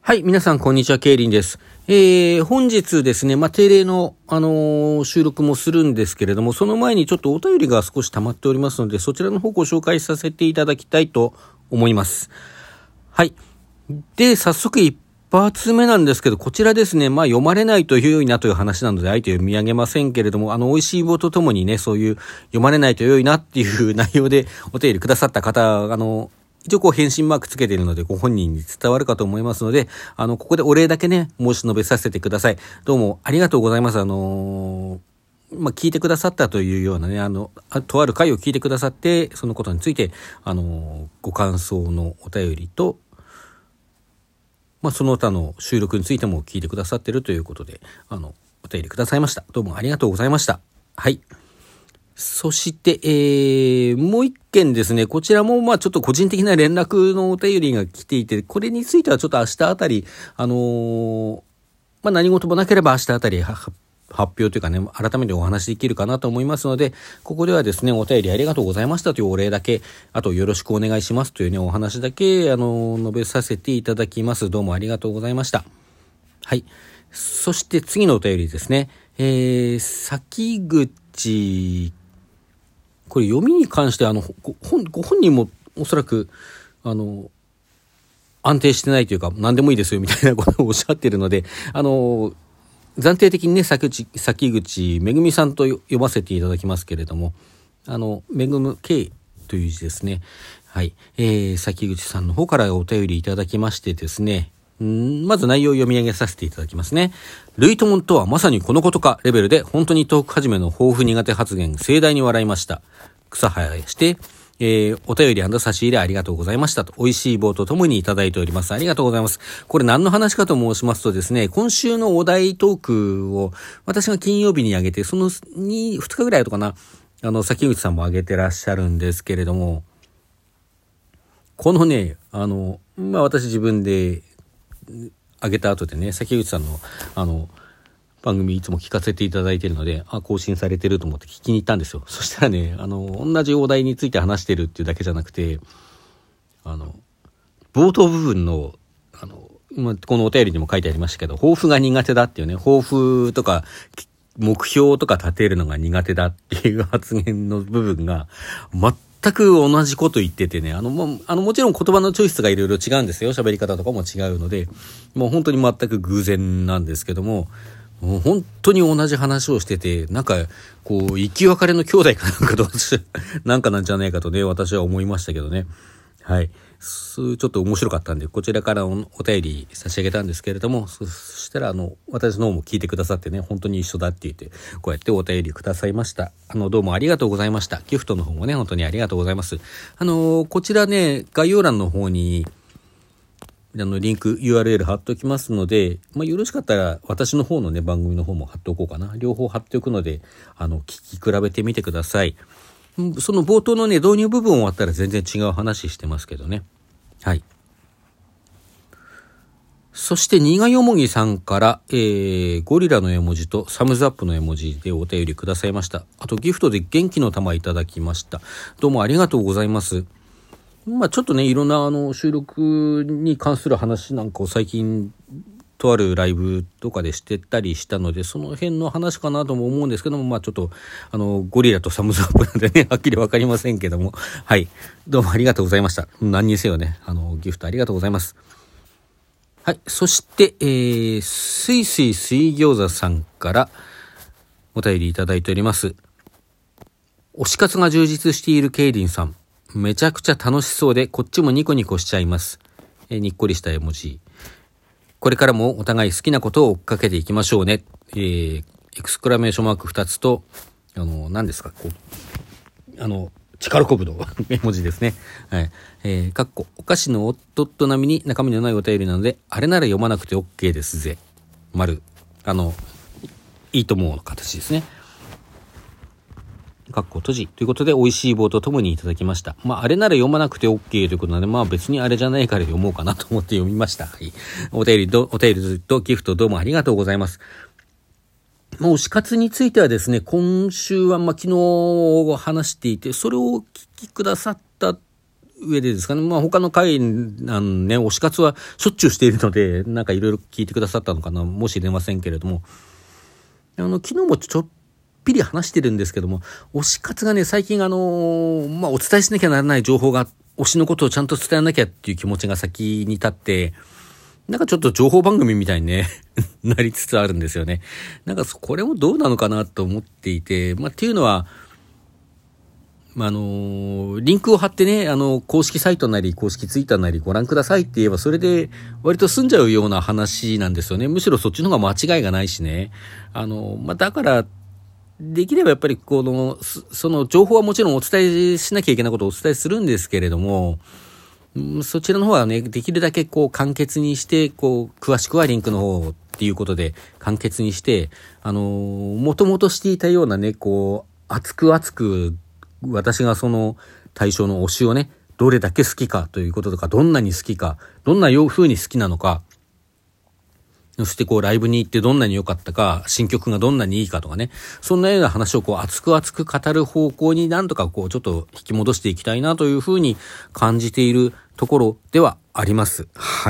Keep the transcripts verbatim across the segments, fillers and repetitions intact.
はい、皆さん、こんにちは、ケイリンです。えー、本日ですね、まあ、定例の、あのー、収録もするんですけれども、その前にちょっとお便りが少し溜まっておりますので、そちらの方ご紹介させていただきたいと思います。はい。で、早速一発目なんですけど、こちらですね、まあ、読まれないと良いなという話なので、あえて読み上げませんけれども、あの、美味しい棒とともにね、そういう読まれないと良いなっていう内容でお便りくださった方、あの、一応こう返信マークつけているのでご本人に伝わるかと思いますので、あの、ここでお礼だけね、申し述べさせてください。どうもありがとうございます。あのー、まあ、聞いてくださったというようなね、あの、とある回を聞いてくださって、そのことについて、あのー、ご感想のお便りと、まあ、その他の収録についても聞いてくださっているということで、あの、お便りくださいました。どうもありがとうございました。はい。そして、えー、もう一件ですね、こちらもまあちょっと個人的な連絡のお便りが来ていて、これについてはちょっと明日あたり、あのー、まあ何事もなければ明日あたり発表というかね、改めてお話できるかなと思いますので、ここではですね、お便りありがとうございましたというお礼だけ、あとよろしくお願いしますというね、お話だけ、あのー、述べさせていただきます。どうもありがとうございました。はい。そして次のお便りですね、えー、先口これ読みに関してあのご 本, ご本人もおそらくあの安定してないというか何でもいいですよみたいなことをおっしゃっているので、あの暫定的にね先口先口めぐみさんと読ませていただきますけれども、あのめぐむ K という字ですね。はい、えー、先口さんの方からお便りいただきましてですね、んまず内容を読み上げさせていただきますね。ルイトモンとはまさにこのことかレベルで本当にトーク始めの抱負苦手発言盛大に笑いました。草生やして、えー、お便り&差し入れありがとうございましたと、美味しい棒とともにいただいております。ありがとうございます。これ何の話かと申しますとですね、今週のお題トークを私が金曜日に上げて、そのに、ふつかぐらいとかな、あの、先口さんも上げてらっしゃるんですけれども、このね、あの、まあ、私自分で上げた後でね、先口さんの、あの、番組いつも聞かせていただいているので、あ、更新されてると思って聞きに行ったんですよ。そしたらね、あの、同じお題について話してるっていうだけじゃなくて、あの、冒頭部分の、あの、まあ、このお便りにも書いてありましたけど、抱負が苦手だっていうね、抱負とか、目標とか立てるのが苦手だっていう発言の部分が、全く同じこと言っててね、あの、も, あのもちろん言葉のチョイスがいろいろ違うんですよ。喋り方とかも違うので、もう本当に全く偶然なんですけども、もう本当に同じ話をしてて、なんかこう生き別れの兄弟かなんかとなんかなんじゃないかとね、私は思いましたけどね。はい、ちょっと面白かったんでこちらから お, お便り差し上げたんですけれども、そしたらあの私の方も聞いてくださってね、本当に一緒だって言ってこうやってお便りくださいました。あのどうもありがとうございました。ギフトの方もね本当にありがとうございます。あのこちらね概要欄の方にあのリンク ユーアールエル 貼っておきますので、まあ、よろしかったら私の方のね番組の方も貼っておこうかな。両方貼っておくので、あの聞き比べてみてください。その冒頭のね導入部分終わったら全然違う話してますけどね。はい。そしてにがよもぎさんから、えー、ゴリラの絵文字とサムズアップの絵文字でお便りくださいました。あとギフトで元気の玉いただきました。どうもありがとうございます。まあちょっとねいろんなあの収録に関する話なんかを最近とあるライブとかでしてたりしたので、その辺の話かなとも思うんですけども、まあちょっとあのゴリラとサムズアップなんでねはっきりわかりませんけども、はい、どうもありがとうございました。何にせよね、あのギフトありがとうございます。はい、そして、えー、すいすい水餃子さんからお便りいただいております。推し活が充実しているケイリンさん、めちゃくちゃ楽しそうでこっちもニコニコしちゃいます。えー、にっこりした絵文字。これからもお互い好きなことを追っかけていきましょうね。えー、エクスクラメーションマークふたつと、あの、何ですか、こう、あの、力こぶの絵文字ですね。はい。えー、かっこ、お菓子のおっとっと並みに中身のないお便りなので、あれなら読まなくて OK ですぜ。丸。あの、いいと思うの形ですね。かっこ閉じということで美味しい棒とともにいただきました。まああれなら読まなくて OK ということなので、まあ別にあれじゃないから読もうかなと思って読みました。はい。お便りとお便りとギフトどうもありがとうございます。まあ、推し活についてはですね、今週はまあ昨日話していて、それをお聞きくださった上でですかね、まあ他の回、あのね、推し活はしょっちゅうしているので、なんかいろいろ聞いてくださったのかな、もしれませんけれども、あの、昨日もちょっぴり話してるんですけども、推し活がね、最近あのー、まあお伝えしなきゃならない情報が、推しのことをちゃんと伝えなきゃっていう気持ちが先に立って、なんかちょっと情報番組みたいにね、なりつつあるんですよね。なんかこれもどうなのかなと思っていて、まあっていうのは、あのー、リンクを貼ってね、あの、公式サイトなり、公式ツイッターなりご覧くださいって言えば、それで割と済んじゃうような話なんですよね。むしろそっちの方が間違いがないしね。あの、まあ、だから、できればやっぱりこの、その情報はもちろんお伝えしなきゃいけないことをお伝えするんですけれども、そちらの方はね、できるだけこう簡潔にして、こう、詳しくはリンクの方っていうことで簡潔にして、あの、もともとしていたようなね、こう、熱く熱く、私がその対象の推しをね、どれだけ好きかということとか、どんなに好きか、どんな風に好きなのか、そしてこうライブに行ってどんなに良かったか、新曲がどんなにいいかとかね、そんなような話をこう熱く熱く語る方向になんとかこうちょっと引き戻していきたいなというふうに感じているところではあります。はい。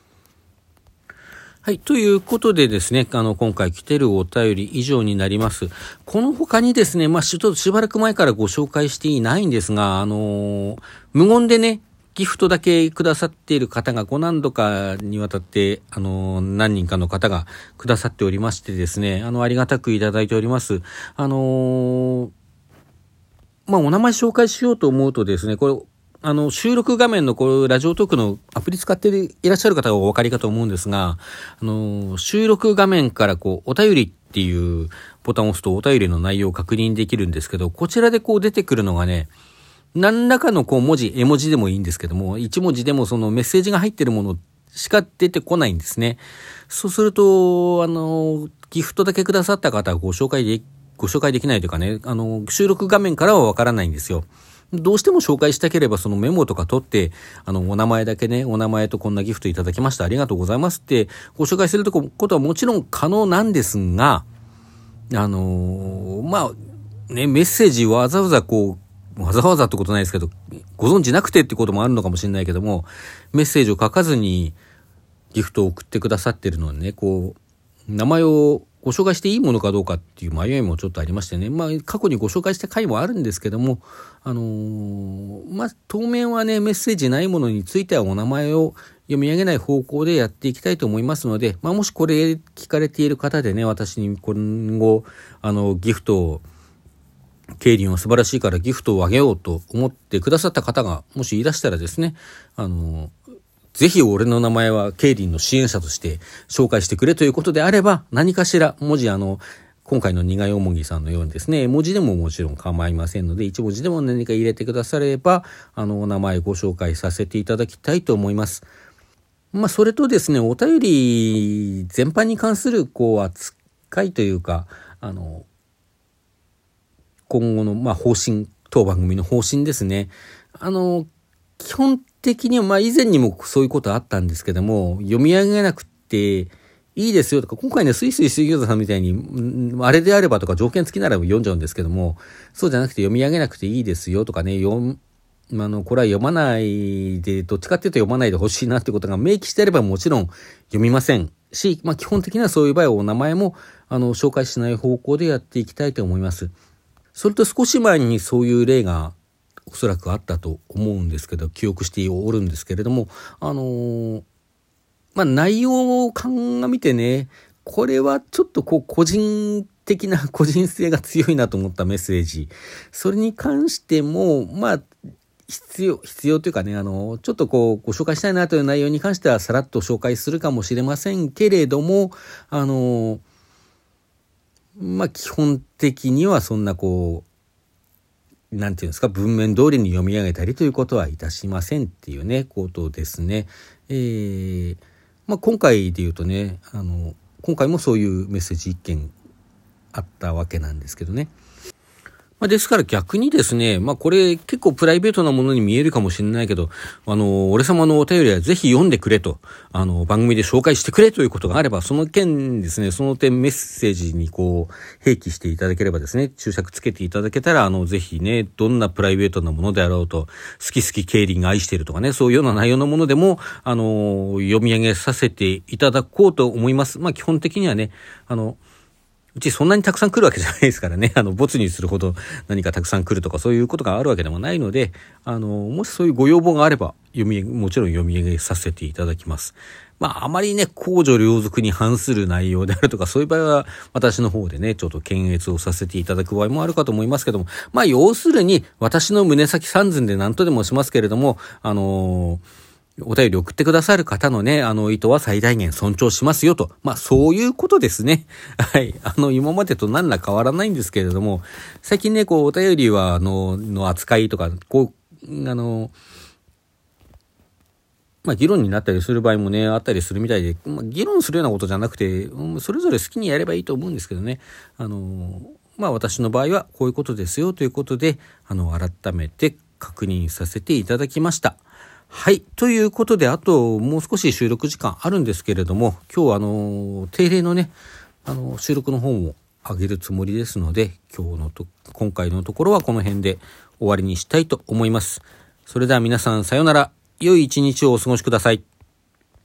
はい。ということでですね、あの、今回来てるお便り以上になります。この他にですね、まあ、ちょっとしばらく前からご紹介していないんですが、あのー、無言でね、ギフトだけくださっている方が、こう何度かにわたって、あのー、何人かの方がくださっておりましてですね、あの、ありがたくいただいております。あのー、まあ、お名前紹介しようと思うとですね、これ、あの、収録画面のこう、ラジオトークのアプリ使っていらっしゃる方はお分かりかと思うんですが、あの、収録画面からこう、お便りっていうボタンを押すとお便りの内容を確認できるんですけど、こちらでこう出てくるのがね、何らかのこう文字、絵文字でもいいんですけども、一文字でもそのメッセージが入ってるものしか出てこないんですね。そうすると、あの、ギフトだけくださった方はご紹介で、ご紹介できないというかね、あの、収録画面からはわからないんですよ。どうしても紹介したければそのメモとか取って、あの、お名前だけね、お名前とこんなギフトいただきました。ありがとうございますってご紹介することはもちろん可能なんですが、あのー、まあ、ね、メッセージわざわざこう、わざわざってことないですけど、ご存知なくてってこともあるのかもしれないけども、メッセージを書かずにギフトを送ってくださってるのにね、こう、名前をご紹介していいものかどうかっていう迷いもちょっとありましてね。まあ、過去にご紹介した回もあるんですけども、あのー、まあ、当面はね、メッセージないものについてはお名前を読み上げない方向でやっていきたいと思いますので、まあ、もしこれ聞かれている方でね、私に今後、あの、ギフトを、ケイリンは素晴らしいからギフトをあげようと思ってくださった方が、もしいらしたらですね、あのー、ぜひ俺の名前はケイリンの支援者として紹介してくれということであれば、何かしら文字、あの、今回の苦いおもぎさんのようにですね、文字でももちろん構いませんので、一文字でも何か入れてくだされば、あの、お名前ご紹介させていただきたいと思います。まあ、それとですね、お便り全般に関する、こう、扱いというか、あの、今後の、まあ、方針、当番組の方針ですね。あの、基本的には、まあ以前にもそういうことあったんですけども、読み上げなくていいですよとか、今回ね、スイスイ水餃子さんみたいに、あれであればとか条件付きなら読んじゃうんですけども、そうじゃなくて読み上げなくていいですよとかね、読あの、これは読まないで、どっちかっていうと読まないでほしいなってことが明記してあればもちろん読みませんし、まあ基本的にはそういう場合はお名前も、あの、紹介しない方向でやっていきたいと思います。それと少し前にそういう例が、おそらくあったと思うんですけど、記憶しておるんですけれども、あのー、まあ、内容を鑑みてね、これはちょっとこう、個人的な個人性が強いなと思ったメッセージ。それに関しても、まあ、必要、必要というかね、あの、ちょっとこう、ご紹介したいなという内容に関しては、さらっと紹介するかもしれませんけれども、あの、まあ、基本的にはそんなこう、なんていうんですか、文面通りに読み上げたりということはいたしませんっていうね、ことですね。えー、まあ今回で言うとね、あの、今回もそういうメッセージ一件あったわけなんですけどね。 まあ、ですから逆にですね、まあこれ結構プライベートなものに見えるかもしれないけど、あの、俺様のお便りはぜひ読んでくれと、あの、番組で紹介してくれということがあれば、その件ですね、その点メッセージにこう、併記していただければですね、注釈つけていただけたら、あの、ぜひね、どんなプライベートなものであろうと、好き好き競輪愛してるとかね、そういうような内容のものでも、あの、読み上げさせていただこうと思います。まあ基本的にはね、あの、うちそんなにたくさん来るわけじゃないですからね。あの、没にするほど何かたくさん来るとかそういうことがあるわけでもないので、あの、もしそういうご要望があれば、読み、もちろん読み上げさせていただきます。まあ、あまりね、公序良俗に反する内容であるとか、そういう場合は、私の方でね、ちょっと検閲をさせていただく場合もあるかと思いますけども、まあ、要するに、私の胸先三寸で何とでもしますけれども、あのー、お便り送ってくださる方のね、あの意図は最大限尊重しますよと。まあそういうことですね。はい。あの今までと何ら変わらないんですけれども、最近ね、こうお便りは、あの、の扱いとか、こう、あの、まあ議論になったりする場合もね、あったりするみたいで、まあ議論するようなことじゃなくて、それぞれ好きにやればいいと思うんですけどね。あの、まあ私の場合はこういうことですよということで、あの、改めて確認させていただきました。はい。ということで、あともう少し収録時間あるんですけれども、今日はあの、定例のね、あの、収録の方も上げるつもりですので、今日のと、今回のところはこの辺で終わりにしたいと思います。それでは皆さんさようなら。良い一日をお過ごしください。